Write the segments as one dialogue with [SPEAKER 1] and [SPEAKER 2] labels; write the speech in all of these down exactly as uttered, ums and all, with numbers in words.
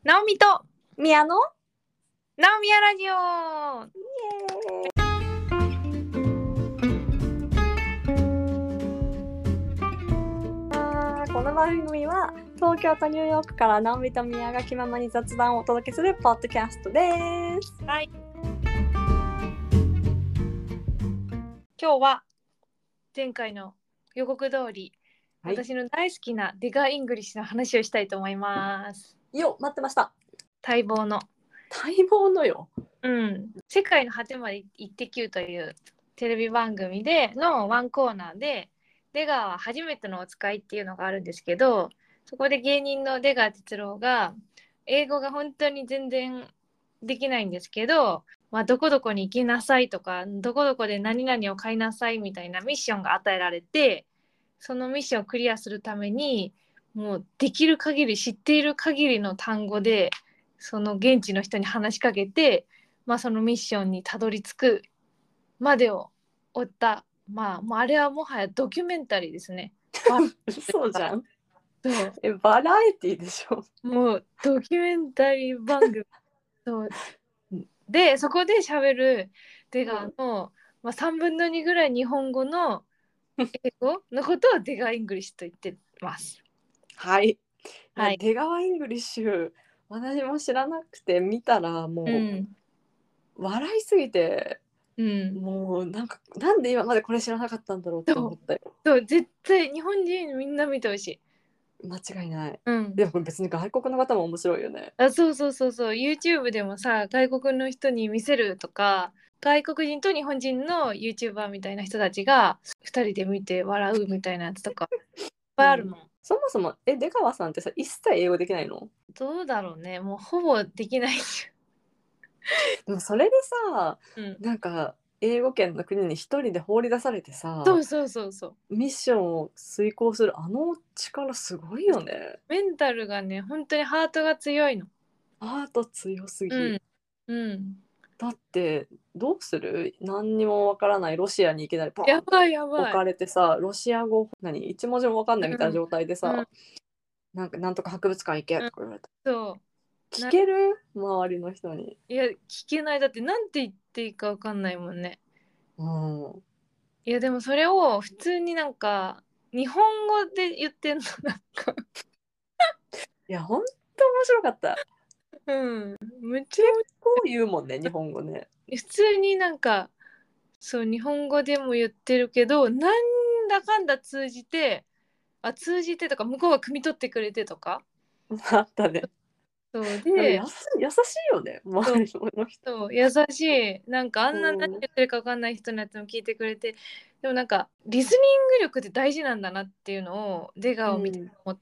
[SPEAKER 1] ナオミと
[SPEAKER 2] 宮の
[SPEAKER 1] ナオミヤラジオ。
[SPEAKER 2] イエーイ。この番組は東京とニューヨークからナオミと宮が気ままに雑談をお届けするポッドキャストです。
[SPEAKER 1] はい。今日は前回の予告通り、はい、私の大好きなデガイングリッシュの話をしたいと思います。
[SPEAKER 2] よ、待ってました。
[SPEAKER 1] 待望の
[SPEAKER 2] 待望のよ。
[SPEAKER 1] うん。世界の果てまで行ってきゅうというテレビ番組でのワンコーナーで、出川は初めてのお使いっていうのがあるんですけど、そこで芸人の出川哲朗が英語が本当に全然できないんですけど、まあ、どこどこに行きなさいとか、どこどこで何々を買いなさいみたいなミッションが与えられて、そのミッションをクリアするためにもうできる限り知っている限りの単語でその現地の人に話しかけて、まあ、そのミッションにたどり着くまでを追った、まあ、もうあれはもはやドキュメンタリーですね。
[SPEAKER 2] そうじゃん。
[SPEAKER 1] そう
[SPEAKER 2] えバラエティでしょ。
[SPEAKER 1] もうドキュメンタリー番組そうで、そこで喋る出川の、うんまあ、さんぶんのにぐらい日本語の英語のことを出川イングリッシュと言ってます。
[SPEAKER 2] はい。
[SPEAKER 1] はい、
[SPEAKER 2] 出川イングリッシュ私も知らなくて見たらもう、うん、笑いすぎて、うん、もうなんかなんで今までこれ知らなかったんだろうって思ったよ。
[SPEAKER 1] そうそう絶対日本人みんな見てほしい。
[SPEAKER 2] 間違いない、
[SPEAKER 1] うん、
[SPEAKER 2] でも別に外国の方も面白いよね。
[SPEAKER 1] あそうそうそうそう YouTube でもさ外国の人に見せるとか外国人と日本人の YouTuber みたいな人たちがふたりで見て笑うみたいなやつとかいっぱいあるもん、うん、
[SPEAKER 2] そもそもえ出川さんってさ一切英語できないの？
[SPEAKER 1] どうだろうねもうほぼできない
[SPEAKER 2] でもそれでさ、うん、なんか英語圏の国に一人で放り出されてさ
[SPEAKER 1] そうそうそうそう
[SPEAKER 2] ミッションを遂行するあの力すごいよね。
[SPEAKER 1] メンタルがね本当にハートが強いの。
[SPEAKER 2] ハート強すぎ、
[SPEAKER 1] うんうん、
[SPEAKER 2] だってどうする何にもわからないロシアにいきなりポン
[SPEAKER 1] やばいやばい
[SPEAKER 2] 置かれてさロシア語何一文字もわかんないみたいな状態でさ、うんうん、なんかなんとか博物館行けとか言われた、うん、そう聞ける周りの人に。
[SPEAKER 1] いや聞けないだってなんて言っていいかわかんないもんね。うんいやでもそれを普通になんか日本語で言ってんのなんか
[SPEAKER 2] いやほんと面白かった。
[SPEAKER 1] うんめっち
[SPEAKER 2] ゃ結構言うもんね日本語ね。
[SPEAKER 1] 普通になんかそう日本語でも言ってるけどなんだかんだ通じてあ通じてとか向こうが汲み取ってくれてとか
[SPEAKER 2] あったね。
[SPEAKER 1] そうで
[SPEAKER 2] 優し優しいよね周りの人。
[SPEAKER 1] そう優しいなんかあんな何言ってるか分かんない人のやつも聞いてくれて、うん、でもなんかリスニング力って大事なんだなっていうのを出川を見て思って、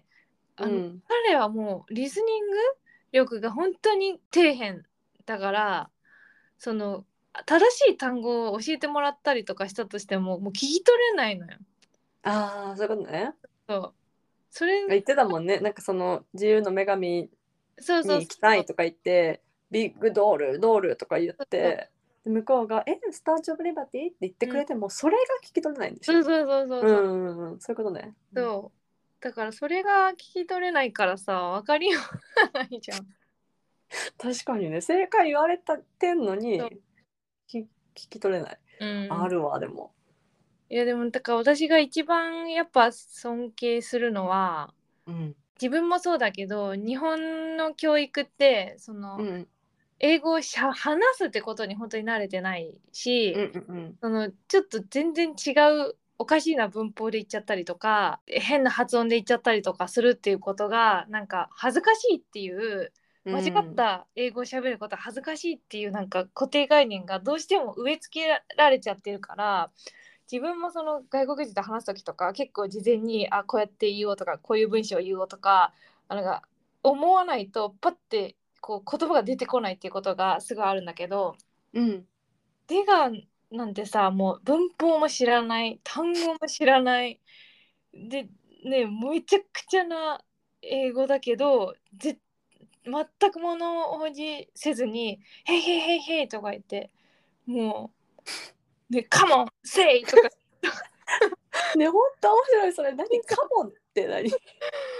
[SPEAKER 1] うん、あの、うん、彼はもうリスニング力が本当に底辺だからその正しい単語を教えてもらったりとかしたとしてももう聞き取れないのよ。
[SPEAKER 2] ああそういうことね。
[SPEAKER 1] そうそれ
[SPEAKER 2] 言ってたもんね。なんかその自由の女神に行きたいとか言ってビッグドールドールとか言ってで向こうが「えスターチオブリバティ?」って言ってくれても、うん、それが聞き取れないんでしょ。
[SPEAKER 1] そうそうそうそうそう、うん
[SPEAKER 2] うん、そういうことね。
[SPEAKER 1] そうだからそれが聞き取れないからさ分かりようがないじゃん。
[SPEAKER 2] 確かにね正解言われたってんのに聞き取れない、うん、あるわ。でも
[SPEAKER 1] いやでもだから私が一番やっぱ尊敬するのは、うん、自分もそうだけど日本の教育ってその、うん、英語をしゃ話すってことに本当に慣れてないし、うんうんうん、そのちょっと全然違うおかしいな文法で言っちゃったりとか変な発音で言っちゃったりとかするっていうことがなんか恥ずかしいっていう間違った英語を喋ることは恥ずかしいっていうなんか固定概念がどうしても植え付けられちゃってるから自分もその外国人と話す時とか結構事前にあこうやって言おうとかこういう文章を言おうとかなんか思わないとパッてこう言葉が出てこないっていうことがすごいあるんだけど、うん、出川なんてさもう文法も知らない単語も知らないでねめちゃくちゃな英語だけどぜ全く物おじせずに「ヘイヘイヘイヘイ」とか言ってもうね「カモンセイ」とか
[SPEAKER 2] ねほんと面白いそれ何カモンって何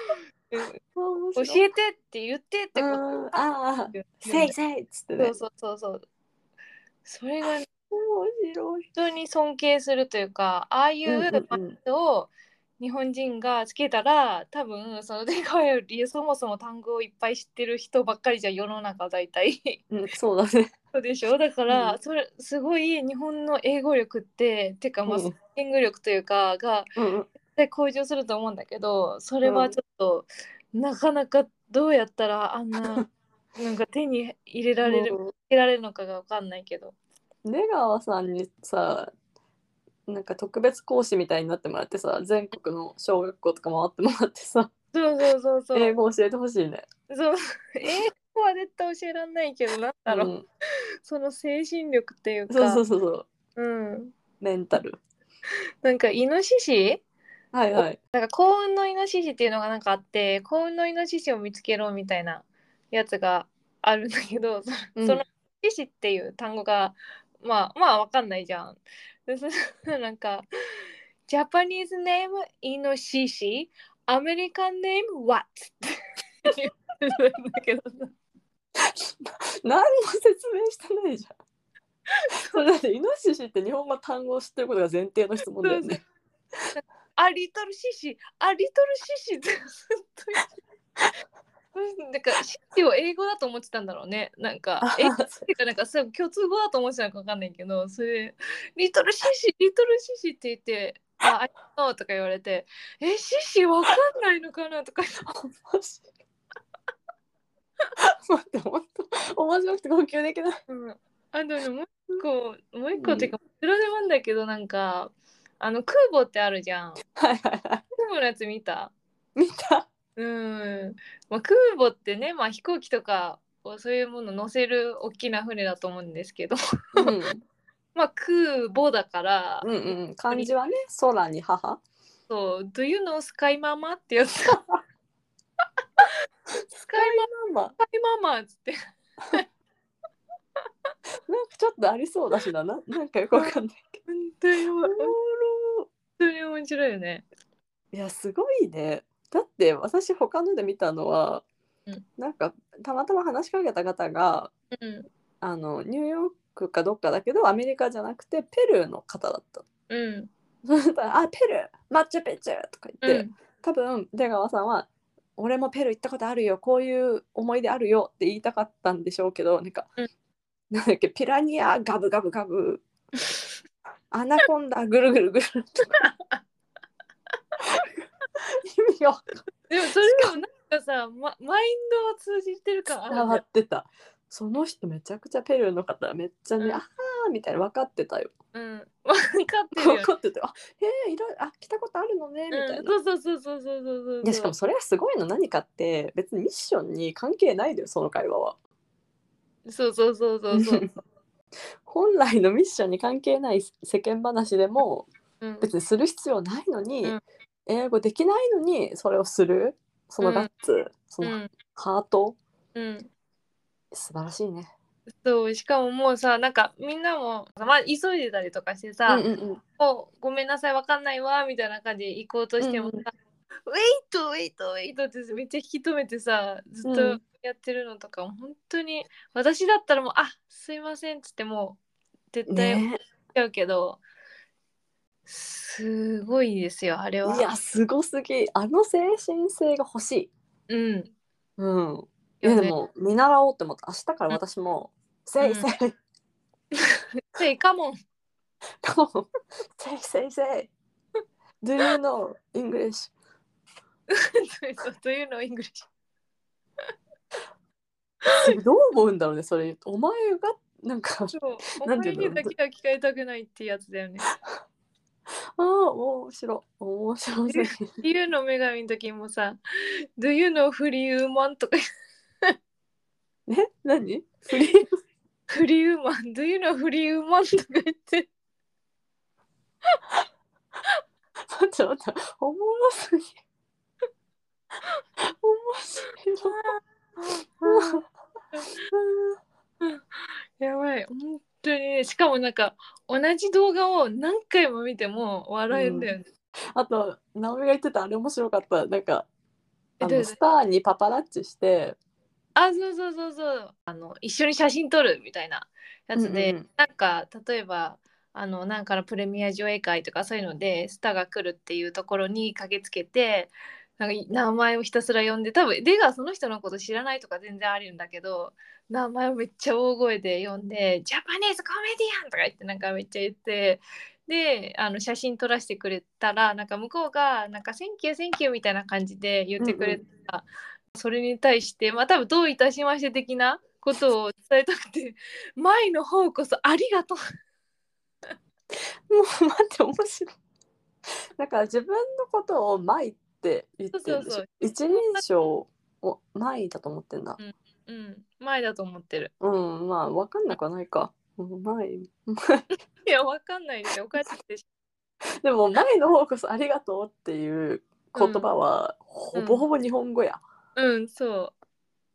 [SPEAKER 1] 教えてって言ってってこと。
[SPEAKER 2] ああ、せいせいっつってね。
[SPEAKER 1] そうそうそうそう。それが、ね、
[SPEAKER 2] 面白い。
[SPEAKER 1] 本当に尊敬するというか、ああいうマインドを日本人がつけたら、多分その出川よりそもそも単語をいっぱい知ってる人ばっかりじゃ世の中大体。
[SPEAKER 2] うん、そうだね。
[SPEAKER 1] そうでしょ。だから、うん、それすごい日本の英語力っててかまあスピング力というかが、うん、絶対向上すると思うんだけど、それはちょっと、うん、なかなかどうやったらあんななんか手に入れられる、うん、入れられるのかが分かんないけど。
[SPEAKER 2] 出川さんにさ、なんか特別講師みたいになってもらってさ、全国の小学校とか回ってもらってさ、
[SPEAKER 1] そうそうそうそう、
[SPEAKER 2] 英語教えてほしいね。
[SPEAKER 1] そう、英語は絶対教えらんないけど、なんだろう、うん、その精神力っていうか、
[SPEAKER 2] そうそうそうそう、
[SPEAKER 1] うん、
[SPEAKER 2] メンタル。
[SPEAKER 1] なんかイノシシ、
[SPEAKER 2] はいはい、
[SPEAKER 1] なんか幸運のイノシシっていうのがなんかあって、幸運のイノシシを見つけろみたいなやつがあるんだけど、その、うん、そのイノシシっていう単語がまあまあわかんないじゃん。でそなんかジャパニーズネームイノシシ、アメリカンネーム What って言うんだけどさ。
[SPEAKER 2] 何も説明してないじゃん。それだってイノシシって日本語単語を知ってることが前提の質問だよね。
[SPEAKER 1] あ、リトルシシ、あ、リトルシシってずっと言って。なんかシシを英語だと思ってたんだろうね。なんか英語っていうかなんかそう共通語だと思ってたのか分かんないけど、それリトルシシ、リトルシシって言って、あ、ありがとうとか言われて、え、シシわかんないのかなとか言って。
[SPEAKER 2] 待って、本当面白くて呼吸できない。
[SPEAKER 1] うん、あのもう一個、もう一個っていうか、いくらでもあるんだけど、なんかあの空母ってあるじゃん。
[SPEAKER 2] はいはいはい。空
[SPEAKER 1] 母のやつ見た？
[SPEAKER 2] 見た。
[SPEAKER 1] うん、まあ、空母ってね、まあ、飛行機とかそういうもの乗せる大きな船だと思うんですけど、うん、まあ空母だから、
[SPEAKER 2] うんうん、漢字はね、空に母。
[SPEAKER 1] そう、Do you know スカイママってやつ。スカイママ、スカイママっつって。
[SPEAKER 2] なんかちょっとありそうだしな、な、なんかよくわかんないけど。
[SPEAKER 1] 本当に本当に面白いよね。
[SPEAKER 2] いや、すごいね。だって私他ので見たのは、うん、なんかたまたま話しかけた方が、うん、あのニューヨークかどっかだけどアメリカじゃなくてペルーの方だった。うん、あ、ペルー、マッチュピチュとか言って、うん、多分出川さんは俺もペルー行ったことあるよ、こういう思い出あるよって言いたかったんでしょうけど、なんか、うん、なんだっけ、ピラニアガブガブガブアナコンダぐるぐるぐるとか意味が
[SPEAKER 1] でもそれでもなんかさ、ま、マインドは通じてる感ある。
[SPEAKER 2] 伝わってた。その人めちゃくちゃペルーの方めっちゃね、うん、あーみたいな分かってたよ。
[SPEAKER 1] うん、分かってるよ、ね、
[SPEAKER 2] 分かってて、あ、へえ、いろいろ、あ、来たことあるのねみたいな、うん、
[SPEAKER 1] そうそうそうそうそうそうそう。
[SPEAKER 2] いや、しかもそれがすごいの何かって別にミッションに関係ないだよ、その会話は。
[SPEAKER 1] そうそうそうそうそう
[SPEAKER 2] 本来のミッションに関係ない世間話でも別にする必要ないのに、うん、英語できないのにそれをする、そのガッツ、うん、そのハート、うん、素晴らしいね。
[SPEAKER 1] そう、しかももうさ、なんかみんなも、まあ、急いでたりとかしてさ、うんうんうん、もうごめんなさいわかんないわみたいな感じで行こうとしてもさ、うんうん、ウェイトウェイトウェイトってめっちゃ引き止めてさ、ずっとやってるのとか、うん、本当に私だったらもう、あ、すいませんっつってもう絶対やっちゃうけど、ね、すごいですよあれは。
[SPEAKER 2] いや、すごすぎ、あの精神性が欲しい。うんうん、いや、でも見習おうって思った。明日から私も、うん、せいせい
[SPEAKER 1] せいカモン
[SPEAKER 2] カモンせいせいせいDo you know English?
[SPEAKER 1] Do you know English?
[SPEAKER 2] どう思うんだろうね、それ。お前がなんか、
[SPEAKER 1] お前にだけは聞かれたくないってやつだよね。
[SPEAKER 2] ああ、面白い。面白すぎ
[SPEAKER 1] る。の女神の時もさ、Do you know フリーウーマンとか
[SPEAKER 2] え、何フリー
[SPEAKER 1] フリーウーマン Do you know フリーウーマンとか言って
[SPEAKER 2] 待って待って、おもろすぎ面白
[SPEAKER 1] いやばい、本当にね。しかもなんか同じ動画を何回も見ても笑えるんだよね、
[SPEAKER 2] うん、あと直美が言ってたあれ面白かった。なんかあのスターにパパラッチして
[SPEAKER 1] あ、そうそうそうそう、あの一緒に写真撮るみたいなやつで、うんうん、なんか例えばあのなんかのプレミア上映会とかそういうのでスターが来るっていうところに駆けつけて、なんか名前をひたすら呼んで、多分出がその人のこと知らないとか全然あるんだけど、名前をめっちゃ大声で呼んでジャパニーズコメディアンとか言ってなんかめっちゃ言って、であの写真撮らせてくれたら、なんか向こうがなんかセンキューセンキューみたいな感じで言ってくれた、うんうん、それに対してまあ多分どういたしまして的なことを伝えたくて前の方こそありがとう
[SPEAKER 2] もう待って面白い。だから自分のことをマイって言ってるんでしょ。そうそうそう、一人称をマイだと思ってんだ。
[SPEAKER 1] うん、うん、マイだと思ってる。
[SPEAKER 2] うん、まあ分かんなくはないか。うん、マイ。い
[SPEAKER 1] や分かんないですよ。おかしいでし
[SPEAKER 2] ょ。でも前の方こそありがとうっていう言葉は、うん、ほぼほぼ日本語や。
[SPEAKER 1] うん、うん、そう。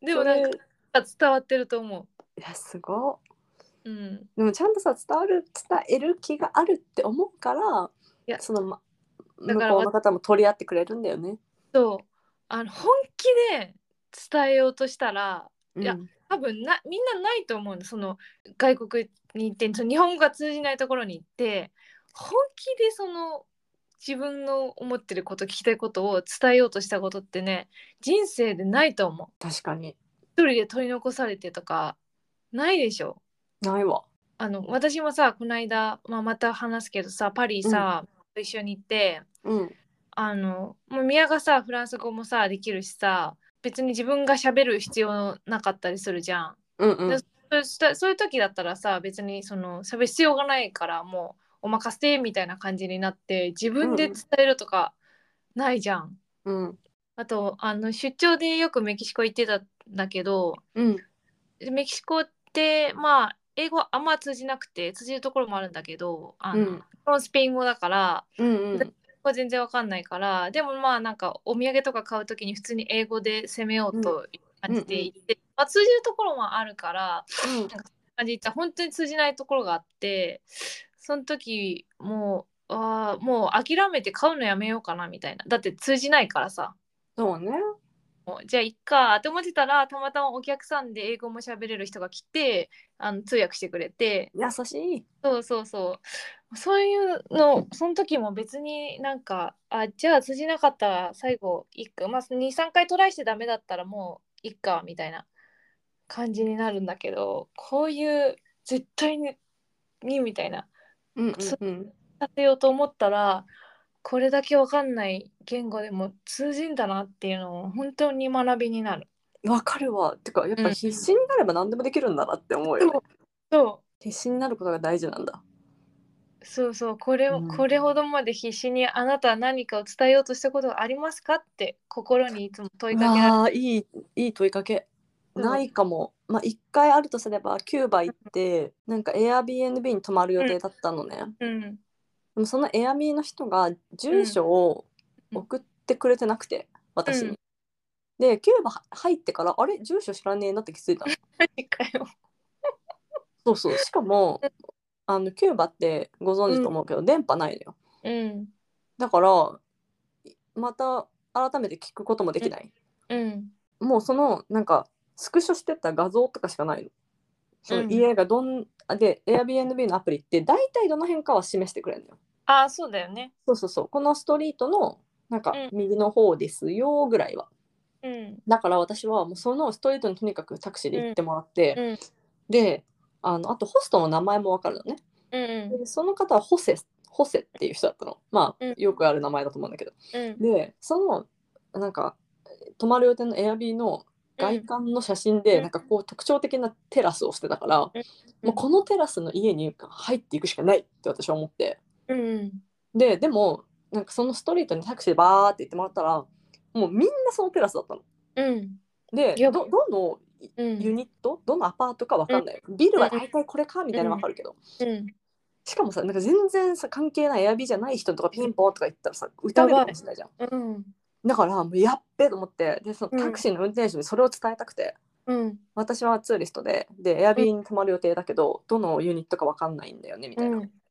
[SPEAKER 1] でもなんか伝わってると思う。
[SPEAKER 2] いやすごい。
[SPEAKER 1] うん、
[SPEAKER 2] でもちゃんとさ伝わる伝える気があるって思うから、いやその、ま、向こうの方も取り合ってくれるんだよね。
[SPEAKER 1] そう、あの本気で伝えようとしたら、うん、いや多分なみんなないと思うの。その外国に行ってその日本語が通じないところに行って本気でその自分の思ってること聞きたいことを伝えようとしたことってね、人生でないと思う。
[SPEAKER 2] 確かに
[SPEAKER 1] 一人で取り残されてとかないでしょ。
[SPEAKER 2] ないわ。
[SPEAKER 1] あの私もさこの間、まあ、また話すけどさパリさ、うん、一緒に行って、うん、あのもう宮がさフランス語もさできるしさ、別に自分が喋る必要なかったりするじゃん、うんうん、でそそういう時だったらさ別にその喋る必要がないからもうお任せみたいな感じになって自分で伝えるとかないじゃん、うん、あとあの出張でよくメキシコ行ってたんだけど、うん、メキシコってまあ英語あんま通じなくて通じるところもあるんだけど、あの、うん、スペイン語だから、うんうん、全然わかんないから、でもまあなんかお土産とか買うときに普通に英語で攻めようと感じていて、うんうんうん、まあ、通じるところもあるから、うん、なんか感じて本当に通じないところがあって、その時もうあもう諦めて買うのやめようかなみたいな、だって通じないからさ。
[SPEAKER 2] そうね。
[SPEAKER 1] じゃあいっかって思ってたら、たまたまお客さんで英語も喋れる人が来てあの通訳してくれて、
[SPEAKER 2] 優しい。
[SPEAKER 1] そうそうそう、そういうのその時も別になんかあじゃあ通じなかったら最後いっか、まあ、にさんかいトライしてダメだったらもういっかみたいな感じになるんだけど、こういう絶対にみたいな、うんうんうん、させようと思ったらこれだけわかんない言語でも通じんだなっていうのを本当に学びになる。
[SPEAKER 2] わかるわ。てかやっぱ必死になれば何でもできるんだなって思うよね、うん、そう必死になることが大事なんだ。
[SPEAKER 1] そうそう、これ、うん、これほどまで必死にあなたは何かを伝えようとしたことがありますかって心にいつも問いかけられる。
[SPEAKER 2] わあ、いいいい問いかけ。ないかも。まあいっかいあるとすればキューバ行って、うん、なんか Airbnb に泊まる予定だったのね、うん、でもその Airbnb の人が住所を送ってくれてなくて、うん、私に、でキューバ入ってからあれ住所知らねえなって気づいたの。
[SPEAKER 1] 何かよ
[SPEAKER 2] そうそう、しかもあのキューバってご存知と思うけど、うん、電波ないのよ、うん、だからまた改めて聞くこともできない、うん、もうそのなんかスクショしてた画像とかしかないの。その家がどん、うん、で Airbnb のアプリって大体どの辺かは示してくれるのよ。
[SPEAKER 1] ああそうだよね。
[SPEAKER 2] そうそうそう、このストリートのなんか右の方ですよぐらいは、うん、だから私はもうそのストリートにとにかくタクシーで行ってもらって、うん、で あのあとホストの名前も分かるのね、うん、でその方はホセホセっていう人だったの。まあ、うん、よくある名前だと思うんだけど、うん、でそのなんか泊まる予定のエアビーの外観の写真で、うん、なんかこう特徴的なテラスをしてたから、うん、もうこのテラスの家に入っていくしかないって私は思って、うん、ででもなんかそのストリートにタクシーでバーって行ってもらったらもうみんなそのテラスだったの、うん、で ど, どのユニット、うん、どのアパートか分かんない、うん、ビルは大体これかみたいなの分かるけど、うんうん、しかもさなんか全然さ関係ないエアビーじゃない人とかピンポンとか言ったらさ撃たれるかもしれないじゃん、うん、だからもうやっべと思って、でそのタクシーの運転手にそれを伝えたくて、うん、私はツーリストででエアビーに泊まる予定だけど、どのユニットか分かんないんだよねみたいな、うん、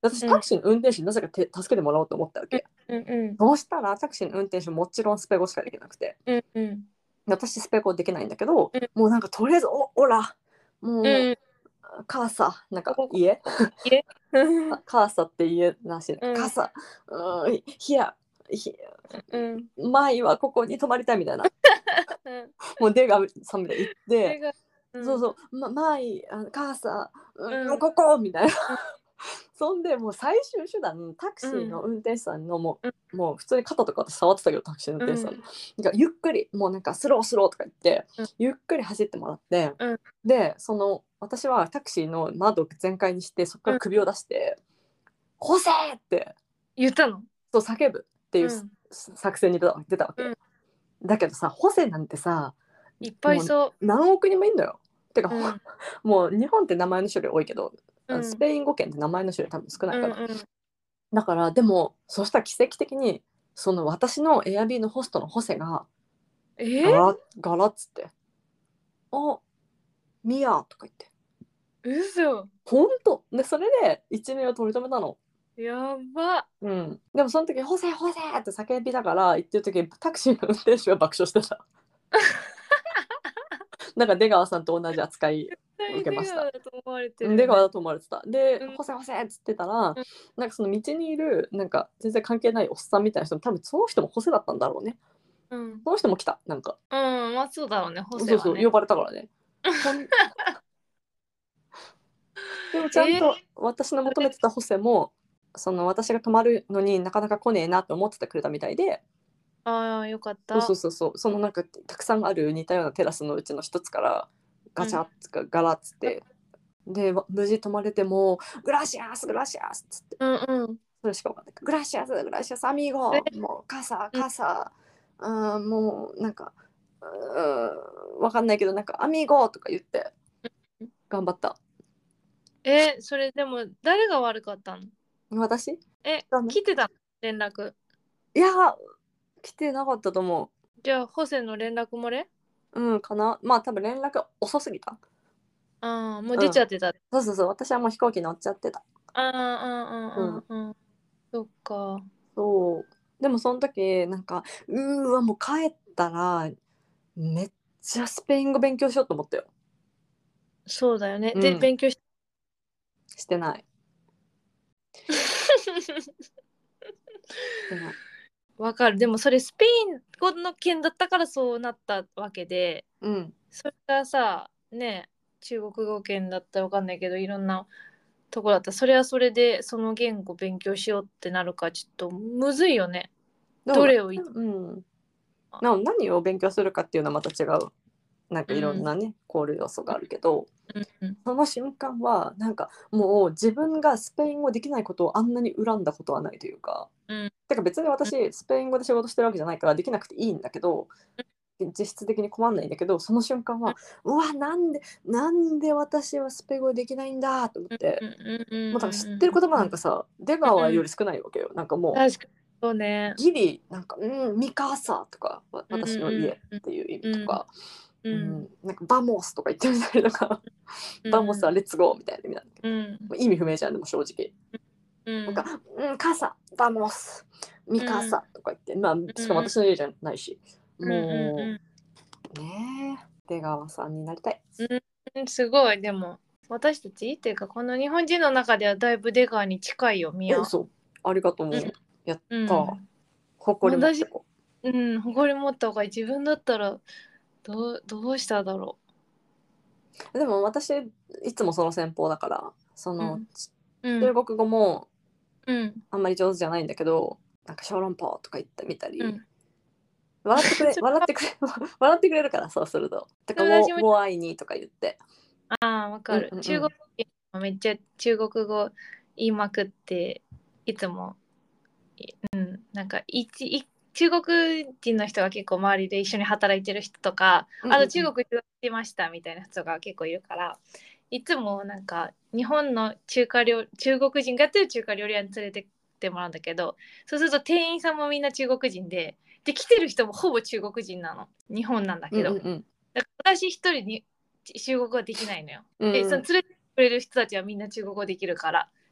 [SPEAKER 2] 私タクシーの運転手になぜかて助けてもらおうと思ったわけ、
[SPEAKER 1] うんうん、
[SPEAKER 2] そうしたらタクシーの運転手もちろんスペ語しかできなくて、
[SPEAKER 1] うんうん、
[SPEAKER 2] 私スペ語できないんだけど、
[SPEAKER 1] うん、
[SPEAKER 2] もうなんかとりあえずおおらもう、
[SPEAKER 1] うん、
[SPEAKER 2] 母さなんか
[SPEAKER 1] ここ
[SPEAKER 2] 家
[SPEAKER 1] 家うん
[SPEAKER 2] 母さって家らしい、
[SPEAKER 1] うん
[SPEAKER 2] 母さうん、ひやひ
[SPEAKER 1] うん
[SPEAKER 2] 前はここに泊まりたいみたいな、もう出がさんみたいに言って、
[SPEAKER 1] それがうん
[SPEAKER 2] そうそう、ま、前あの母さ
[SPEAKER 1] う
[SPEAKER 2] うん、
[SPEAKER 1] ん
[SPEAKER 2] ここみたいな。
[SPEAKER 1] うん
[SPEAKER 2] そんでもう最終手段タクシーの
[SPEAKER 1] うん
[SPEAKER 2] 運転手さんのも
[SPEAKER 1] うん
[SPEAKER 2] うもう普通に肩とか私触ってたけど、タクシーの運転手さんの、なんかゆっくりもうなんかスロースローとか言って
[SPEAKER 1] うん
[SPEAKER 2] ゆっくり走ってもらって、
[SPEAKER 1] うん
[SPEAKER 2] でその私はタクシーの窓を全開にしてそこか
[SPEAKER 1] うん
[SPEAKER 2] ら首を出して「ホセー!」って
[SPEAKER 1] 言ったの
[SPEAKER 2] そう叫ぶっていう
[SPEAKER 1] うん
[SPEAKER 2] 作戦に出た出たわけ、
[SPEAKER 1] うん
[SPEAKER 2] だけどさホセなんてさ
[SPEAKER 1] いっぱい
[SPEAKER 2] もう
[SPEAKER 1] そ
[SPEAKER 2] 何億人もいんのよ。てか、
[SPEAKER 1] ううん
[SPEAKER 2] もう日本って名前の種類多いけど、
[SPEAKER 1] うん
[SPEAKER 2] スペイン語圏って名前の種類多分少ないから、
[SPEAKER 1] うんうん
[SPEAKER 2] だからでもそしたら奇跡的にその私のエアビーのホストのホセが
[SPEAKER 1] え
[SPEAKER 2] ガラッガラッつって「あミヤ」とか言って
[SPEAKER 1] 嘘
[SPEAKER 2] ほんとでそれで一命を取り留めたの。
[SPEAKER 1] やば
[SPEAKER 2] うん、でもその時「ホセホセ!」って叫びながら言ってる時タクシーの運転手は爆笑してた。なんか出川さんと同じ扱いを受けました。
[SPEAKER 1] 出川だと思われてるよね
[SPEAKER 2] 出川だと思われてた。で
[SPEAKER 1] うん
[SPEAKER 2] 「ホセホセ!」っつってたら、
[SPEAKER 1] うん
[SPEAKER 2] なんかその道にいるなんか全然関係ないおっさんみたいな人も多分その人もホセだったんだろうね。
[SPEAKER 1] うん
[SPEAKER 2] その人も来たなんか。
[SPEAKER 1] うんまあそうだろうねホ
[SPEAKER 2] そうそう、
[SPEAKER 1] セはね
[SPEAKER 2] 呼ばれたからね。ほんでもちゃん
[SPEAKER 1] え
[SPEAKER 2] と私の求めてたホセも、その私が泊まるのになかなか来ねえなと思っててくれたみたいで、
[SPEAKER 1] ああよかっ
[SPEAKER 2] そうそう
[SPEAKER 1] た
[SPEAKER 2] そうそう、そのなんかたくさんある似たようなテラスのうちの一つからガチャッつかガラッつって、でわ無事泊まれてもグラシアスグラシアスっつって、
[SPEAKER 1] うんうん
[SPEAKER 2] それしかわかんない。グラシアスグラシアスアミーゴ、
[SPEAKER 1] え
[SPEAKER 2] もう傘
[SPEAKER 1] うん
[SPEAKER 2] 傘、あーもうなんかうーんわかんないけどなんかアミーゴとか言って頑張った。
[SPEAKER 1] えそれでも誰が悪かったの
[SPEAKER 2] 私
[SPEAKER 1] え
[SPEAKER 2] だね。
[SPEAKER 1] 来てた連絡
[SPEAKER 2] いや来てなかったと思
[SPEAKER 1] じゃあホセの連絡漏れ
[SPEAKER 2] う。うんかな。まあ多分連絡遅すぎた。
[SPEAKER 1] ああもう
[SPEAKER 2] うん。
[SPEAKER 1] 出ちゃってた
[SPEAKER 2] そうそうそう。私はもう飛行機乗っちゃってた。
[SPEAKER 1] ああ
[SPEAKER 2] うん。
[SPEAKER 1] うんうんうんうんそっか
[SPEAKER 2] そう。でもその時なんかうーわもう帰ったらめっちゃスペイン語勉強しようと思ったよ。
[SPEAKER 1] そうだよね
[SPEAKER 2] うん。
[SPEAKER 1] で勉強し
[SPEAKER 2] してない。してない。
[SPEAKER 1] わかるでもそれスペイン語の県だったからそうなったわけで
[SPEAKER 2] うん。
[SPEAKER 1] それがさね中国語圏だったらわかんないけどいろんなとこだったらそれはそれでその言語勉強しようってなるからちょっとむずいよね
[SPEAKER 2] でもな、
[SPEAKER 1] どれをい
[SPEAKER 2] うん。な何を勉強するかっていうのはまた違う。なんかいろん
[SPEAKER 1] うん
[SPEAKER 2] なね、考慮要素があるけど、
[SPEAKER 1] うん
[SPEAKER 2] その瞬間はなんかもう自分がスペイン語できないことをあんなに恨んだことはないというか、
[SPEAKER 1] うん
[SPEAKER 2] てか別に
[SPEAKER 1] うん
[SPEAKER 2] 私スペイン語で仕事してるわけじゃないからできなくていいんだけど、実質的に困んないんだけど、その瞬間はうわなんでなんで私はスペイン語できないんだと思って、もうだから知ってる言葉なんかさ出川より少ないわけよ。なんかも
[SPEAKER 1] 確かにそうね
[SPEAKER 2] うギリなんかうんミカーサとかわ
[SPEAKER 1] うん
[SPEAKER 2] 私の家っていう意味
[SPEAKER 1] うん
[SPEAKER 2] とか、
[SPEAKER 1] うん
[SPEAKER 2] うんなんかバモスとか言ってみたりとか、
[SPEAKER 1] うん
[SPEAKER 2] バモスはレッツゴーみたいな意味なんだけど、
[SPEAKER 1] うん
[SPEAKER 2] 意味不明じゃんでも正直。
[SPEAKER 1] うん
[SPEAKER 2] なんか、うん、傘、バモス、ミカ
[SPEAKER 1] うん
[SPEAKER 2] サとか言って、まあ、しかも私の家じゃないし、
[SPEAKER 1] うんうん
[SPEAKER 2] も
[SPEAKER 1] うん
[SPEAKER 2] う、ねえ、出川さんになりたい。
[SPEAKER 1] うんすごいでも私たちっていうかこの日本人の中ではだいぶ出川に近いよミ
[SPEAKER 2] え、
[SPEAKER 1] ヤ
[SPEAKER 2] そう、ありがとう。
[SPEAKER 1] うん
[SPEAKER 2] やっ
[SPEAKER 1] う
[SPEAKER 2] た。
[SPEAKER 1] ん
[SPEAKER 2] 誇り持って
[SPEAKER 1] 私
[SPEAKER 2] こ
[SPEAKER 1] うん誇り持った方がいい自分だったらどうどうしただろ
[SPEAKER 2] う。でも私、いつもその戦法だから、その、
[SPEAKER 1] ううんうん
[SPEAKER 2] 中国語も
[SPEAKER 1] うん
[SPEAKER 2] あんまり上手じゃないんだけど、なんか小籠包とか言ってみたり、
[SPEAKER 1] うん
[SPEAKER 2] 笑ってくれ、
[SPEAKER 1] それ
[SPEAKER 2] 笑ってくれ、笑ってくれるから、そうすると。てか、もう、
[SPEAKER 1] 私も
[SPEAKER 2] もう愛にとか言って。
[SPEAKER 1] ああわ
[SPEAKER 2] うん
[SPEAKER 1] かる中国
[SPEAKER 2] うんうん。
[SPEAKER 1] 人もめっちゃ中国語言いまくっていつもなんか一い中国人の人が結構周りで一緒に働いてる人とか、あと
[SPEAKER 2] うんうんうん。
[SPEAKER 1] 中国行ってましたみたいな人が結構いるから、いつもなんか日本の中華料中国人がやってる中華料理屋に連れてってもらうんだけど、そうすると店員さんもみんな中国人で、で来てる人もほぼ中国人なの。日本なんだけど、
[SPEAKER 2] うんうんうん。
[SPEAKER 1] だから私一人に中国語はできないのよ。
[SPEAKER 2] うん
[SPEAKER 1] で、その連れてくれる人たちはみんな中国語できるから。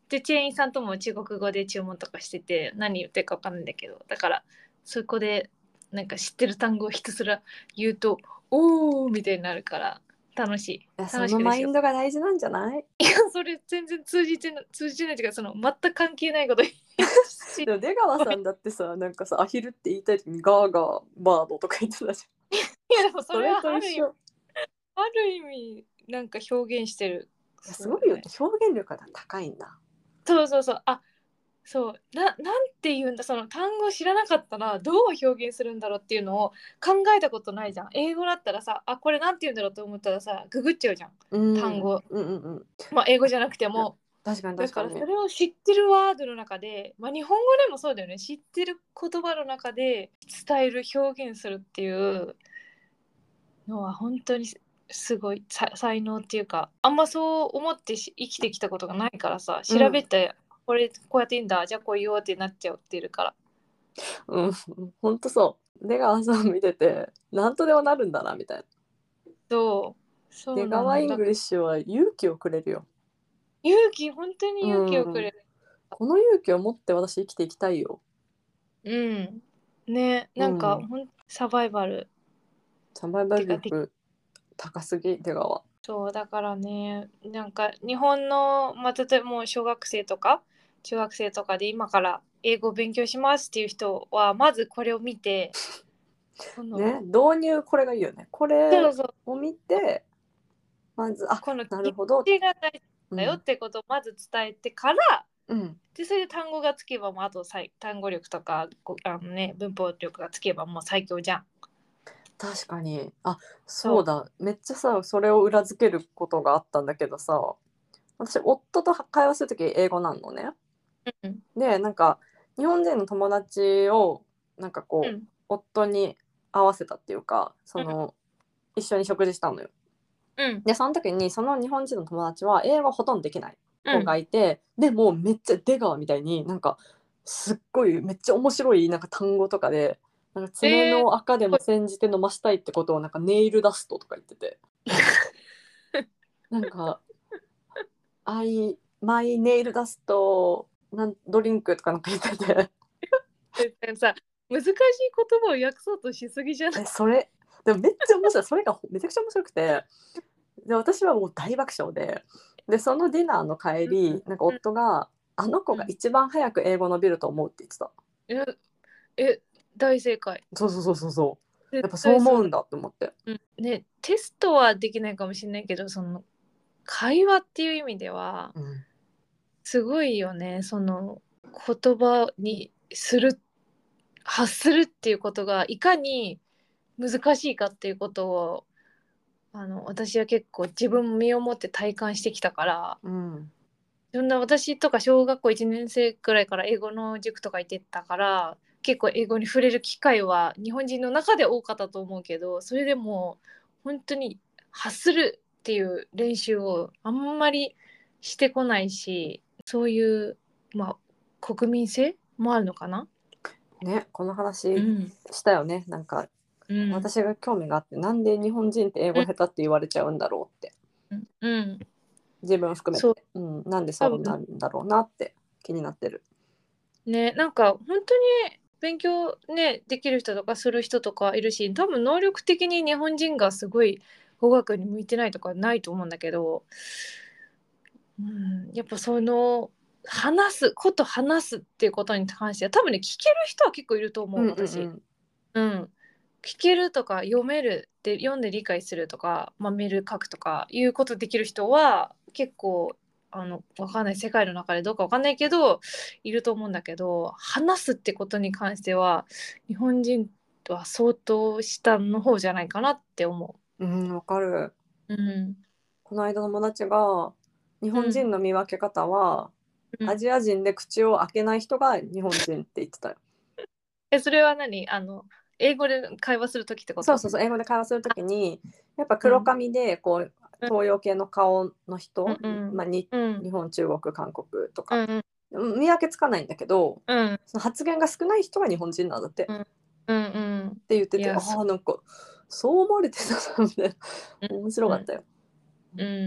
[SPEAKER 1] で店員さんとも中国語で注文とかしてて何言ってるか分かんないんだけど、だからそこでなんか知ってる単語をひたすら言うとおーみたいになるから楽しい。
[SPEAKER 2] いや、そ
[SPEAKER 1] 楽しくですよ。
[SPEAKER 2] のマインドが大事なんじゃない？
[SPEAKER 1] いやそれ全然通じてな通じてないっていうか、その全く関係ないこと言うし
[SPEAKER 2] でも出川さんだってさ、なんかさ、アヒルって言いたい時にガーガーバードとか言ってたじ
[SPEAKER 1] いやでもそ
[SPEAKER 2] ゃん。それ
[SPEAKER 1] れはある意味
[SPEAKER 2] と一緒。
[SPEAKER 1] ある意味なんか表現してる。
[SPEAKER 2] いや、す
[SPEAKER 1] そう
[SPEAKER 2] ごいよね。
[SPEAKER 1] ね。
[SPEAKER 2] 表現力が高いんだ。
[SPEAKER 1] そうそうそう。あ、そうな、なんて言うんだ、その単語知らなかったらどう表現するんだろうっていうのを考えたことないじゃん。英語だったらさ、あ、これなんて言うんだろうと思ったらさ、ググっちゃうじゃん、
[SPEAKER 2] うん、
[SPEAKER 1] 単語。
[SPEAKER 2] うんうんうん。
[SPEAKER 1] まあ英語じゃなくても。
[SPEAKER 2] 確かに
[SPEAKER 1] だ
[SPEAKER 2] 確かに。
[SPEAKER 1] からそれを知ってるワードの中で、まあ日本語でもそうだよね。知ってる言葉の中で伝える、表現するっていうのは本当にすごいさ才能っていうか、あんまそう思ってし生きてきたことがないからさ、調べて、これこうやっていいんだ、じゃあこう言おうってなっちゃうっていうから。
[SPEAKER 2] うん、ほんとそう。出川さん見てて、なんとでもなるんだな、みたいな。
[SPEAKER 1] そうそう
[SPEAKER 2] 出
[SPEAKER 1] なのだ。
[SPEAKER 2] 川イングリッシュは勇気をくれるよ。
[SPEAKER 1] 勇気、本当に勇気をく
[SPEAKER 2] うん。
[SPEAKER 1] れる。
[SPEAKER 2] この勇気を持って私生きていきたいよ。
[SPEAKER 1] うんね、
[SPEAKER 2] う
[SPEAKER 1] なんか
[SPEAKER 2] ん。
[SPEAKER 1] ほんサバイバル
[SPEAKER 2] サバイバ
[SPEAKER 1] ってかで、
[SPEAKER 2] ル力高すぎ、出川。
[SPEAKER 1] そうだからね、なんか日本の、まあ、例えばもう小学生とか中学生とかで今から英語を勉強しますっていう人はまずこれを見て、この
[SPEAKER 2] ね、導入これがいいよね。これ
[SPEAKER 1] そうそう
[SPEAKER 2] を見て、まず、あ、
[SPEAKER 1] この気
[SPEAKER 2] なるほど。
[SPEAKER 1] 持ちが大事だよ
[SPEAKER 2] うん。
[SPEAKER 1] ってことをまず伝えてから、
[SPEAKER 2] うん。
[SPEAKER 1] でそれで単語がつけばもうあとさい単語力とかこあの、ね、文法力がつけばもう最強じゃん。
[SPEAKER 2] 確かに。あ、そう
[SPEAKER 1] そ
[SPEAKER 2] だ。めっちゃさ、それを裏付けることがあったんだけどさ、私、夫と会話するとき英語なのね。
[SPEAKER 1] う。うん
[SPEAKER 2] で、なんか、日本人の友達を、なんかこう、
[SPEAKER 1] うん
[SPEAKER 2] 夫に合わせたっていうか、そ
[SPEAKER 1] うん
[SPEAKER 2] の、一緒に食事したのよ。
[SPEAKER 1] うん
[SPEAKER 2] で、その時に、その日本人の友達は、英語ほとんどできない子が
[SPEAKER 1] うん
[SPEAKER 2] いて、でもうめっちゃ出川みたいになんか、すっごいめっちゃ面白いなんか単語とかで、なんか爪
[SPEAKER 1] え
[SPEAKER 2] の赤で
[SPEAKER 1] ー、
[SPEAKER 2] も煎じて飲ましたいってことをなんかネイルダストとか言ってて、なんか、アイ、マイネイルダストなんドリンクとかなんか言ってて、
[SPEAKER 1] でさ、難しい言葉を訳そうとしすぎじゃない？
[SPEAKER 2] え、それ、でもめっちゃ面白い。それがめちゃくちゃ面白くて、で、私はもう大爆笑で、で、そのディナーの帰り、なんか
[SPEAKER 1] うん
[SPEAKER 2] 夫が、あの子が
[SPEAKER 1] うん
[SPEAKER 2] 一番早く英語伸びると思うって言ってた。
[SPEAKER 1] ええ大正解。
[SPEAKER 2] そうそうそうそうそう。や
[SPEAKER 1] 絶
[SPEAKER 2] っぱそう
[SPEAKER 1] 対そうだ。
[SPEAKER 2] 思うんだって思って。
[SPEAKER 1] うん、ね、テストはできないかもしれないけど、その会話っていう意味では
[SPEAKER 2] うん。
[SPEAKER 1] すごいよね。その言葉にする、発するっていうことがいかに難しいかっていうことを、あの私は結構自分も身をもって体感してきたから。
[SPEAKER 2] うん。
[SPEAKER 1] そんな私とか小学校いちねん生くらいから英語の塾とか行ってたから、結構英語に触れる機会は日本人の中で多かったと思うけど、それでも本当に発するっていう練習をあんまりしてこないし、そういうまあ国民性もあるのかな。
[SPEAKER 2] ね、この
[SPEAKER 1] う
[SPEAKER 2] 話
[SPEAKER 1] ん
[SPEAKER 2] したよね。なんか、
[SPEAKER 1] うん
[SPEAKER 2] 私が興味があって、なんで日本人って英語下手って言われちゃうんだろうって。
[SPEAKER 1] うんうん
[SPEAKER 2] 自分含め
[SPEAKER 1] そう
[SPEAKER 2] て。うん。なんでそうな
[SPEAKER 1] 多分
[SPEAKER 2] るんだろうなって気になってる。
[SPEAKER 1] ね、なんか本当に勉強ねできる人とかする人とかいるし、多分能力的に日本人がすごい語学に向いてないとかないと思うんだけど、うん、やっぱその話すこと話すっていうことに関しては多分ね聞ける人は結構いると思
[SPEAKER 2] うんうんう
[SPEAKER 1] う私。
[SPEAKER 2] ん。
[SPEAKER 1] うん、聞けるとか読めるで読んで理解するとか、まあ、メール書くとかいうことできる人は結構あのわかんない世界の中でどうかわかんないけどいると思うんだけど、話すってことに関しては日本人は相当下の方じゃないかなって思
[SPEAKER 2] うん、わかる。
[SPEAKER 1] う。うん
[SPEAKER 2] この間友達が、日本
[SPEAKER 1] うん
[SPEAKER 2] 人の見分け方は、
[SPEAKER 1] うん
[SPEAKER 2] アジア人で口を開けない人が日本人って言ってたよ。
[SPEAKER 1] えそれは何、あの英語で会話する時ってこと？
[SPEAKER 2] そうそうそう、英語で会話するときに、やっぱ黒
[SPEAKER 1] うん
[SPEAKER 2] 髪で、こう、
[SPEAKER 1] うん
[SPEAKER 2] 東洋系の顔の
[SPEAKER 1] うん
[SPEAKER 2] 人、
[SPEAKER 1] うん
[SPEAKER 2] まあ、に
[SPEAKER 1] うん
[SPEAKER 2] 日本、中国、韓国とか、
[SPEAKER 1] うんうん
[SPEAKER 2] うん見分けつかないんだけど、
[SPEAKER 1] うん
[SPEAKER 2] その発言が少ない人が日本人なんだってっ
[SPEAKER 1] うんうん
[SPEAKER 2] て言ってて、あ
[SPEAKER 1] いやそ
[SPEAKER 2] あ、なんか、そう思われてたな、みたいな。
[SPEAKER 1] う
[SPEAKER 2] 面白か
[SPEAKER 1] ん
[SPEAKER 2] ったよ。
[SPEAKER 1] うん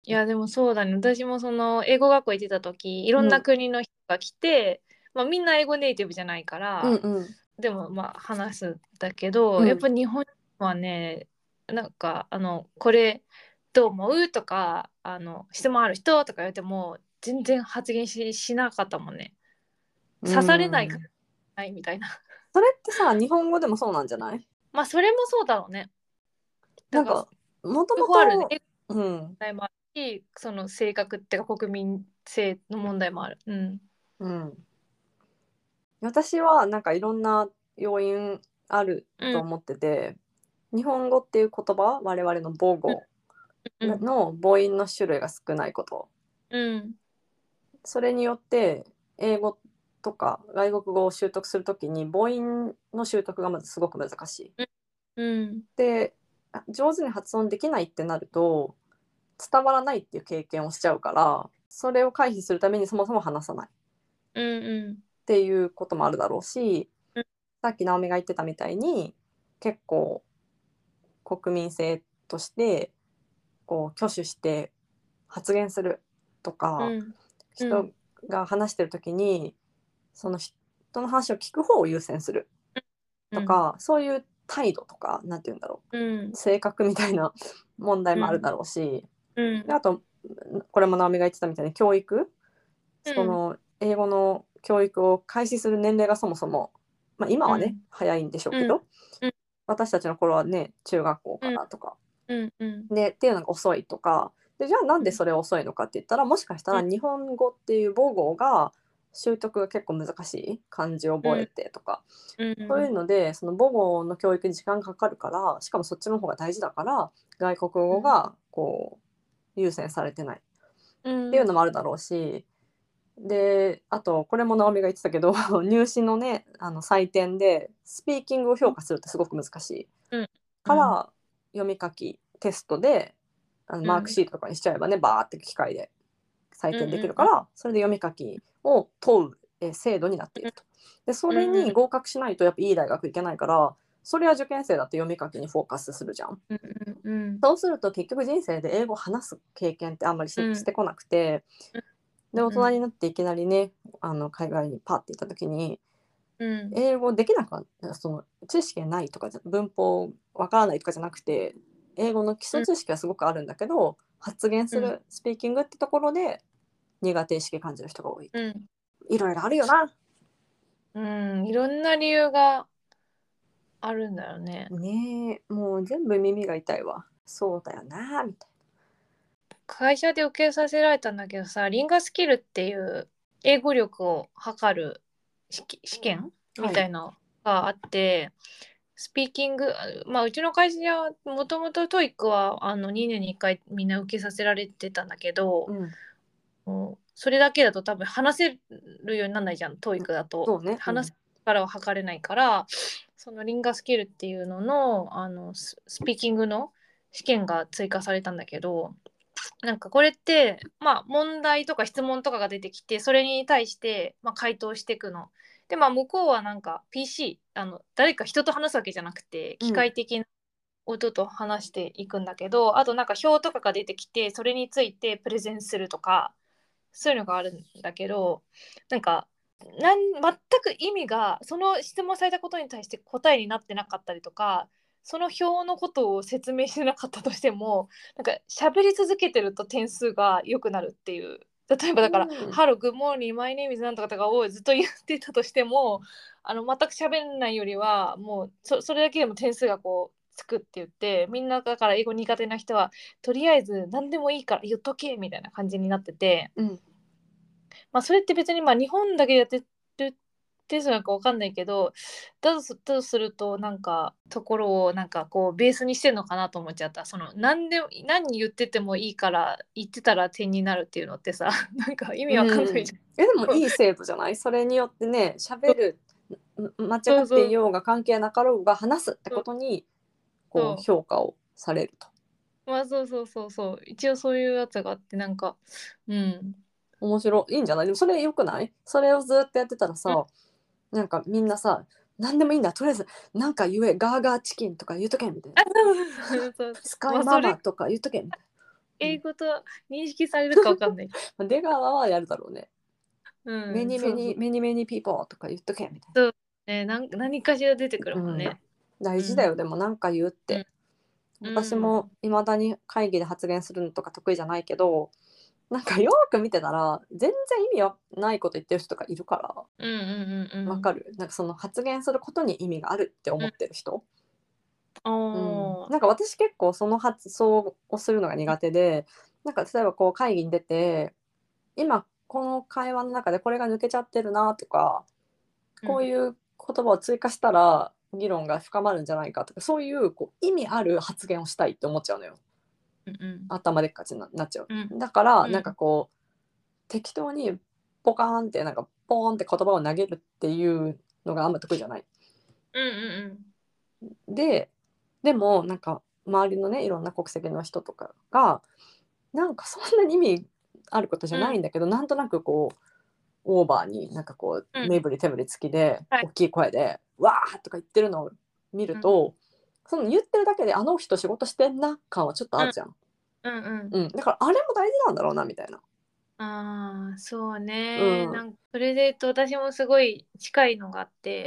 [SPEAKER 1] いやでもそうだね、私もその英語学校行ってた時いろんな国の人が来て、うん、まあ、みんな英語ネイティブじゃないから、うんうん、でもまあ話すんだけど、うん、やっぱ日本はねなんかあのこれどう思うとかあの質問ある人とか言われても全然発言 し, しなかったもんね。刺されないからないみたいな。
[SPEAKER 2] それってさ日本語でもそうなんじゃない？
[SPEAKER 1] まあそれもそうだろうね。
[SPEAKER 2] なんかもともと
[SPEAKER 1] 問題もあるし、その性格っていうか国民性の問題もある。うん。
[SPEAKER 2] うん。私はなんかいろんな要因あると思ってて、うん、日本語っていう言葉我々の母語の母音の種類が少ないこと、うん、それによって英語とか外国語を習得するときに母音の習得がまずすごく難しい。うん、で上手に発音できないってなると伝わらないっていう経験をしちゃうからそれを回避するためにそもそも話さない、うんうん、っていうこともあるだろうし、うん、さっき直美が言ってたみたいに結構国民性としてこう挙手して発言するとか、うん、人が話してる時にその人の話を聞く方を優先するとか、うん、そういう態度とかなんて言うんだろう、うん、性格みたいな問題もあるだろうし、うん、であとこれも直美が言ってたみたいに教育、うん、その英語の教育を開始する年齢がそもそも、まあ、今はね、うん、早いんでしょうけど、うん、私たちの頃はね中学校からとか、うんうん、でっていうのが遅いとかで、じゃあなんでそれ遅いのかって言ったら、もしかしたら日本語っていう母語が習得が結構難しい、漢字を覚えてとか、うん、そういうのでその母語の教育に時間がかかるから、しかもそっちの方が大事だから外国語がこう優先されてないっていうのもあるだろうし、であとこれも直美が言ってたけど入試のねあの採点でスピーキングを評価するってすごく難しい、うん、から、読み書きテストであのマークシートとかにしちゃえばね、うん、バーって機械で採点できるから、うんうんうん、それで読み書きを問う、え制度になっていると。でそれに合格しないとやっぱいい大学行けないから、それは受験生だって読み書きにフォーカスするじゃん、うんうんうん、そうすると結局人生で英語を話す経験ってあんまり し,、うん、してこなくて、で大人になっていきなりねあの海外にパッて行った時に、うん、英語できなかったその知識がないとか文法わからないとかじゃなくて英語の基礎知識はすごくあるんだけど、うん、発言するスピーキングってところで苦手意識感じる人が多い、うん、いろいろあるよな。
[SPEAKER 1] うん、いろんな理由があるんだよね。
[SPEAKER 2] ねえ、もう全部耳が痛いわ。そうだよなみたい
[SPEAKER 1] な。会社で受けさせられたんだけどさ、リンガスキルっていう英語力を測る試験みたいなのがあって、はい、スピーキング、まあうちの会社はもともとトイックはあのにねんにいっかいみんな受けさせられてたんだけど、うん、それだけだと多分話せるようにならないじゃん、トイックだと。そうね、うん、話す力は測れないから、そのリンガスキルっていうのの、あのスピーキングの試験が追加されたんだけど、なんかこれってまあ問題とか質問とかが出てきて、それに対してまあ回答していくので、まあ向こうはなんか ピーシー あの誰か人と話すわけじゃなくて機械的な音と話していくんだけど、うん、あとなんか表とかが出てきてそれについてプレゼンするとかそういうのがあるんだけど、なんかなん全く意味がその質問されたことに対して答えになってなかったりとか、その表のことを説明してなかったとしても、なんか喋り続けてると点数が良くなるっていう。例えばだから「うん、ハローグッモーニーマイネームズなんとか」とかをずっと言ってたとしても、あの全く喋んないよりはもう そ, それだけでも点数がこうつくって言って、みんなだから英語苦手な人はとりあえず何でもいいから言っとけみたいな感じになってて、うん、まあそれって別にまあ日本だけでやってるっていうのか分かんないけど、だとす、だとするとなんかところをなんかこうベースにしてるのかなと思っちゃった。その何で何言っててもいいから言ってたら点になるっていうのってさ、なんか意味わかんないじゃん。
[SPEAKER 2] えでもいい制度じゃない？それによってね喋る間違っていようが関係なかろうが話すってことにこう評価をされると。
[SPEAKER 1] まあそうそうそうそう、一応そういうやつがあって、なんかうん
[SPEAKER 2] 面白い、いいんじゃない？でもそれよくない？それをずっとやってたらさ、うん、なんかみんなさ何でもいいんだとりあえずなんか言えガーガーチキンとか言うとけみたいなスカイママとか言うとけみたいな。
[SPEAKER 1] 英語と認識されるかわかんない。
[SPEAKER 2] 出川はやるだろうね。
[SPEAKER 1] うん、
[SPEAKER 2] メニメニメニメニピーポーとか言っとけみたいな。
[SPEAKER 1] そうね、なん何かしら出てくるもんね。
[SPEAKER 2] うん、大事だよ、
[SPEAKER 1] うん、
[SPEAKER 2] でもなんか言うって。うん、私もいまだに会議で発言するのとか得意じゃないけど、なんかよく見てたら全然意味はないこと言ってる人とかいるから。
[SPEAKER 1] うんうんうんうん。
[SPEAKER 2] わかる。なんかその発言することに意味があるって思ってる人。うん、なんか私結構その発想をするのが苦手で、なんか例えばこう会議に出て、今この会話の中でこれが抜けちゃってるなとか、こういう言葉を追加したら議論が深まるんじゃないかとか、そういうこう意味ある発言をしたいって思っちゃうのよ。
[SPEAKER 1] うんうん、
[SPEAKER 2] 頭でっかちになっちゃう。
[SPEAKER 1] うん、
[SPEAKER 2] だから
[SPEAKER 1] うん、
[SPEAKER 2] なんかこう適当にポカーンってなんかポーンって言葉を投げるっていうのがあんま得意じゃない。
[SPEAKER 1] うんうん
[SPEAKER 2] ででもなんか周りのねいろんな国籍の人とかがなんかそんなに意味あることじゃないんだけど、うん、なんとなくこうオーバーになんかこう、うん、身振り手振り付きで、はい、大きい声でわーとか言ってるのを見ると、うん、その言ってるだけであの人仕事してんな感はちょっとあるじゃん。
[SPEAKER 1] うんうんうん
[SPEAKER 2] うん、だからあれも大事なんだろうなみたいな。
[SPEAKER 1] ああ、そうね、
[SPEAKER 2] うん、
[SPEAKER 1] なんかそれで言うと私もすごい近いのがあって、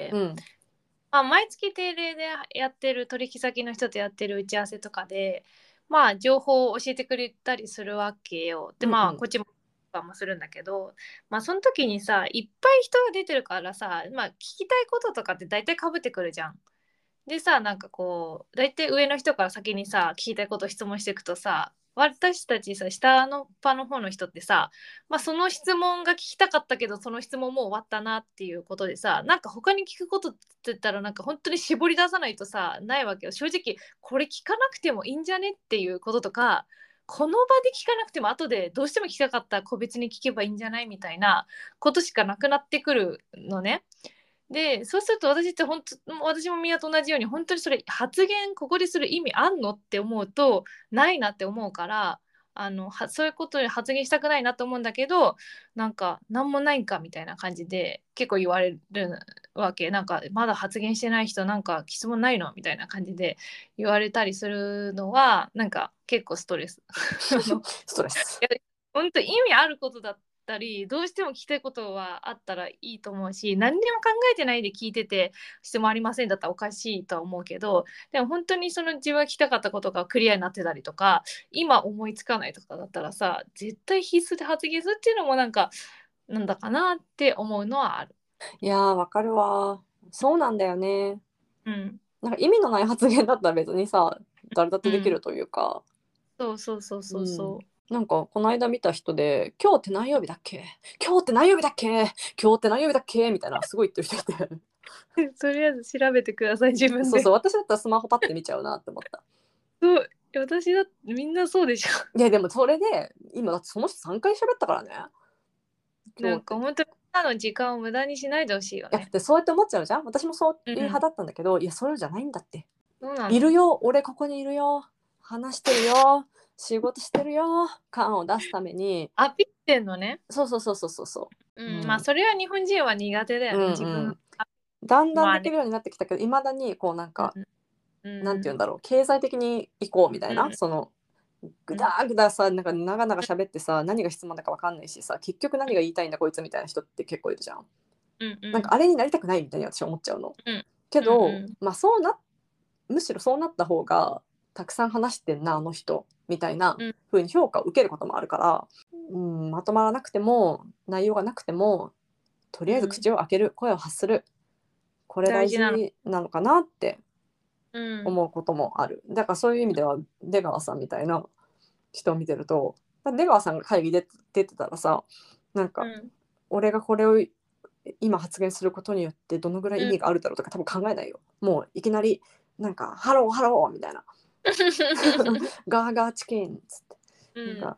[SPEAKER 2] うん、
[SPEAKER 1] まあ、毎月定例でやってる取引先の人とやってる打ち合わせとかでまあ情報を教えてくれたりするわけよ。でまあこっちももするんだけど、まあその時にさいっぱい人が出てるからさ、まあ、聞きたいこととかって大体かぶってくるじゃん。でさなんかこう大体上の人から先にさ聞きたいことを質問していくとさ私たちさ下のパの方の人ってさ、まあ、その質問が聞きたかったけどその質問もう終わったなっていうことでさなんか他に聞くことって言ったらなんか本当に絞り出さないとさないわけよ。正直これ聞かなくてもいいんじゃねっていうこととかこの場で聞かなくても後でどうしても聞きたかったら個別に聞けばいいんじゃないみたいなことしかなくなってくるのね。でそうすると私って本当私も宮と同じように本当にそれ発言ここでする意味あんのって思うとないなって思うからあのはそういうことに発言したくないなと思うんだけどなんか何もないんかみたいな感じで結構言われるわけ。なんかまだ発言してない人なんか質問ないのみたいな感じで言われたりするのはなんか結構ストレス
[SPEAKER 2] ストレス。
[SPEAKER 1] 本当意味あることだったりどうしても聞きたいことはあったらいいと思うし何にも考えてないで聞いてて質問ありませんだったらおかしいとは思うけどでも本当にその自分が聞きたかったことがクリアになってたりとか今思いつかないとかだったらさ絶対必須で発言するっていうのもなんかなんだかなって思うのはある。
[SPEAKER 2] いやーわかるわ。そうなんだよね。
[SPEAKER 1] うん、
[SPEAKER 2] なんか意味のない発言だったら別にさ誰だってできるというか、
[SPEAKER 1] うん、そうそうそうそうそう、
[SPEAKER 2] うん、なんかこの間見た人で「今日って何曜日だっけ今日って何曜日だっけ今日って何曜日だっけ?」みたいなすごい言ってる人いて
[SPEAKER 1] とりあえず調べてください自分で。
[SPEAKER 2] そうそう私だったらスマホパッて見ちゃうなって思った。
[SPEAKER 1] そう私だみんなそうでしょ。
[SPEAKER 2] いやでもそれで今だってその人さんかい喋ったからね。
[SPEAKER 1] なんか本当にみんなの時間を無駄にしないでほしいよね。
[SPEAKER 2] いやでそうやって思っちゃうじゃん。私もそういう
[SPEAKER 1] うん、
[SPEAKER 2] 派だったんだけど、いやそれじゃないんだって。
[SPEAKER 1] そうなの。
[SPEAKER 2] いるよ俺ここにいるよ話してるよ仕事してるよ感を出すために
[SPEAKER 1] アピってんのね。
[SPEAKER 2] そうそうそうそうそうそう、
[SPEAKER 1] うん、
[SPEAKER 2] うん、
[SPEAKER 1] まあそれは日本人は苦手だよね、
[SPEAKER 2] うん
[SPEAKER 1] 自分。
[SPEAKER 2] うん、だんだん
[SPEAKER 1] まあね。
[SPEAKER 2] できるようになってきたけどいまだにこうなんか、
[SPEAKER 1] うん、
[SPEAKER 2] なんて言うんだろう経済的に行こうみたいな、
[SPEAKER 1] うん、
[SPEAKER 2] そのぐだーぐださなんか長々喋ってさ何が質問だか分かんないしさ結局何が言いたいんだこいつみたいな人って結構いるじゃん。
[SPEAKER 1] うんうん、
[SPEAKER 2] なんかあれになりたくないみたいに私は思っちゃうの。
[SPEAKER 1] うん、
[SPEAKER 2] けど、
[SPEAKER 1] うんうん、
[SPEAKER 2] まあそうなむしろそうなった方がたくさん話してんなあの人みたいな
[SPEAKER 1] うん、
[SPEAKER 2] 風に評価を受けることもあるから、うん、まとまらなくても内容がなくてもとりあえず口を開ける、声を発するこれ大
[SPEAKER 1] 大事なの。
[SPEAKER 2] 事なのかなって
[SPEAKER 1] うん、
[SPEAKER 2] 思うこともある。だからそういう意味では出川さんみたいな人を見てると出川さんが会議で出てたらさなんか、
[SPEAKER 1] うん、
[SPEAKER 2] 俺がこれを今発言することによってどのぐらい意
[SPEAKER 1] うん。
[SPEAKER 2] 味があるだろうとか多分考えないよ。もういきなりなんかハローハローみたいなガーガーチキンっつってなんか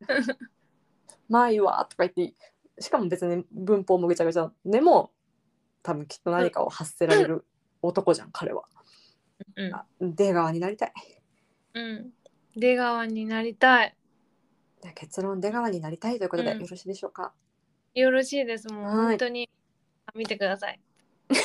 [SPEAKER 2] 前はとか言ってしかも別に文法もぐちゃぐちゃでも多分きっと何かを発せられる男じゃん彼は。うん、出川になりたい。
[SPEAKER 1] うん、出川になりたい。
[SPEAKER 2] 結論出川になりたいということで、
[SPEAKER 1] うん、
[SPEAKER 2] よろしいでしょうか。
[SPEAKER 1] よろしいです。もう
[SPEAKER 2] はい。
[SPEAKER 1] 本当に見てください。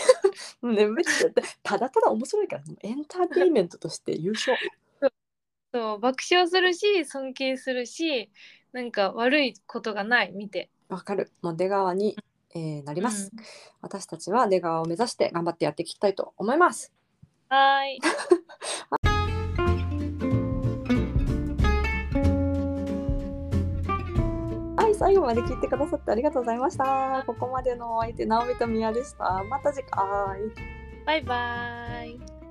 [SPEAKER 2] ね、めっちゃただただ面白いからエンターテインメントとして優勝。
[SPEAKER 1] そう爆笑するし尊敬するし、なんか悪いことがない見て。
[SPEAKER 2] わかる。もう出川に、えーなります、うん、私たちは出川を目指して頑張ってやっていきたいと思います。
[SPEAKER 1] はい。
[SPEAKER 2] はい、最後まで聞いてくださってありがとうございました。ここまでのお相手、直美と宮でした。また次回。
[SPEAKER 1] バイバイ。